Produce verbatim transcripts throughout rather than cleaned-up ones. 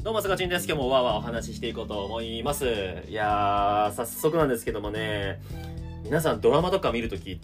どうも、すがちんです。今日もわーわーお話ししていこうと思います。いやー、早速なんですけどもね、皆さんドラマとか見るときって、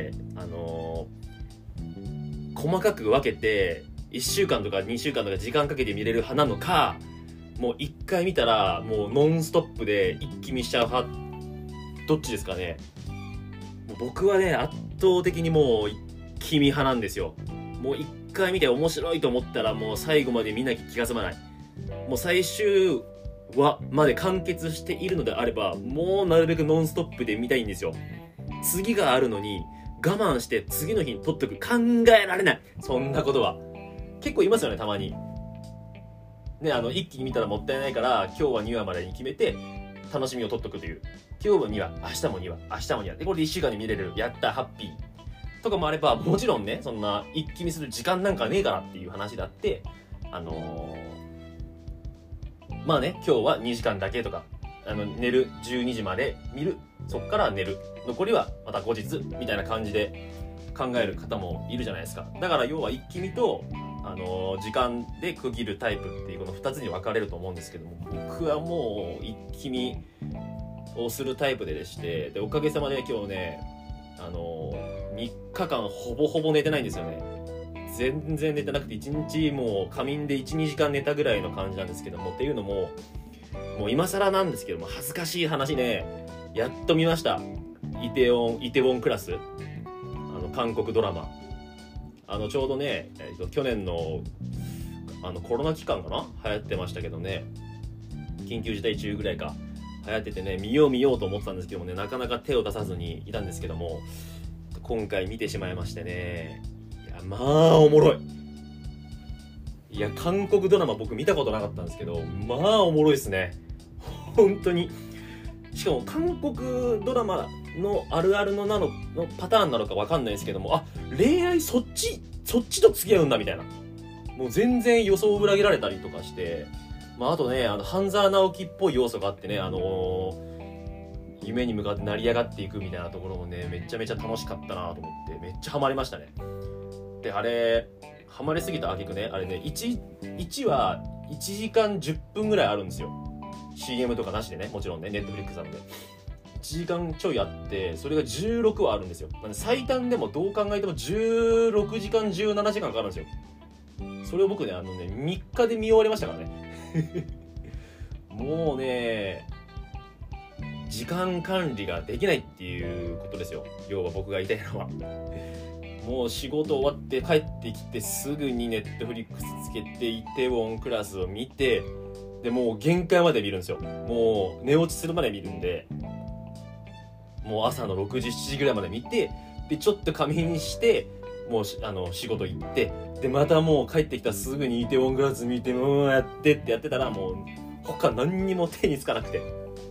あのー、細かく分けて、いっしゅうかんとかにしゅうかんとか時間かけて見れる派なのか、もういっかい見たら、もうノンストップで一気見しちゃう派、どっちですかね。もう僕はね、圧倒的にもう一気見派なんですよ。もういっかい見て面白いと思ったら、もう最後まで見なきゃ気が済まない。もう最終話まで完結しているのであれば、もうなるべくノンストップで見たいんですよ。次があるのに我慢して次の日に撮っとく、考えられない。そんなことは結構いますよね、たまにね。あの一気に見たらもったいないから今日はにわまでに決めて楽しみを取っとくという。今日もにわ、明日もにわ、明日もにわで、これでいっしゅうかんで見れる、やった、ハッピーとかもあれば、もちろんね、そんな一気見する時間なんかねえからっていう話だって、あのーまあね、今日はにじかんだけとか、あの寝るじゅうにじまで見る、そっから寝る、残りはまた後日みたいな感じで考える方もいるじゃないですか。だから要は一気見と、あのー、時間で区切るタイプっていうこのふたつに分かれると思うんですけども、僕はもう一気見をするタイプででして、でおかげさまで今日ね、あのー、みっかかんほぼほぼ寝てないんですよね。全然寝てなくて、いちにちもう仮眠で いちにじかん寝たぐらいの感じなんですけども、っていうのももう今更なんですけども、恥ずかしい話ね、やっと見ました。イテウォンイテウォンクラス、あの韓国ドラマ。あのちょうどね、えーと、去年のあのコロナ期間かな、流行ってましたけどね、緊急事態中ぐらいか流行っててね、見よう見ようと思ってたんですけどもね、なかなか手を出さずにいたんですけども、今回見てしまいましてね、まあおもろい。いや、韓国ドラマ僕見たことなかったんですけど、まあおもろいですね、本当に。しかも韓国ドラマのあるあるのなののパターンなのかわかんないですけども、あ、恋愛そっちそっちと付き合うんだみたいな、もう全然予想を裏切られたりとかして、まああとね、あの半沢直樹っぽい要素があってね、あのー、夢に向かって成り上がっていくみたいなところもね、めちゃめちゃ楽しかったなと思って、めっちゃハマりましたね。で、あれハマりすぎた挙句ね、あれね、いち、いちはいちじかんじゅっぷんぐらいあるんですよ。 シーエム とかなしでね、もちろんね、ネットフリックスなのでいちじかんちょいあって、それがじゅうろくわあるんですよ。なんで最短でもどう考えてもじゅうろくじかんじゅうななじかんかかるんですよ。それを僕ね、あのねみっかで見終わりましたからねもうね、時間管理ができないっていうことですよ、要は僕が言いたいのは。もう仕事終わって帰ってきてすぐにネットフリックスつけてイテウォンクラスを見て、でもう限界まで見るんですよ。もう寝落ちするまで見るんで、もう朝のろくじしちじぐらいまで見て、でちょっと仮眠して、もうあの仕事行って、でまたもう帰ってきたらすぐにイテウォンクラス見て、もうやってってやってたら、もう他何にも手につかなくて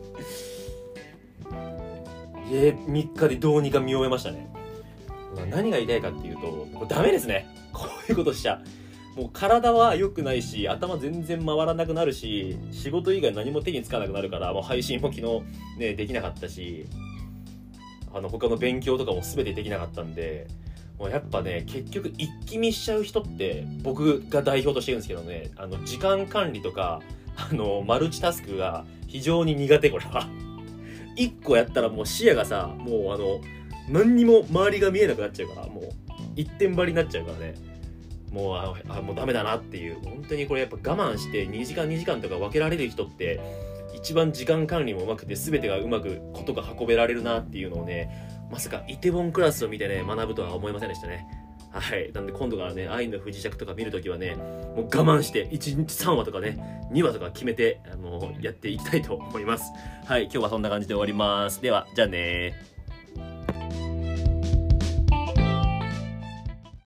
えみっかでどうにか見終えましたね。何が言いたいかっていうと、これダメですね、こういうことしちゃ。もう体は良くないし、頭全然回らなくなるし、仕事以外何も手につかなくなるから、もう配信も昨日ねできなかったし、あの他の勉強とかも全てできなかったんで、もうやっぱね、結局一気見しちゃう人って、僕が代表としてるんですけどね、あの時間管理とかあのマルチタスクが非常に苦手。これはいっこやったらもう視野がさ、もうあの何にも周りが見えなくなっちゃうから、もう一点張りになっちゃうからね、もうああもうダメだなっていう。本当にこれやっぱ我慢してにじかんにじかんとか分けられる人って一番時間管理もうまくて、全てがうまくことが運べられるなっていうのをね、まさかイテウォンクラスを見てね学ぶとは思いませんでしたね。はい。なんで今度からね、愛の不時着とか見るときはね、もう我慢していちにちさんわとかねにわとか決めて、あのやっていきたいと思います。はい。今日はそんな感じで終わります。ではじゃあねー。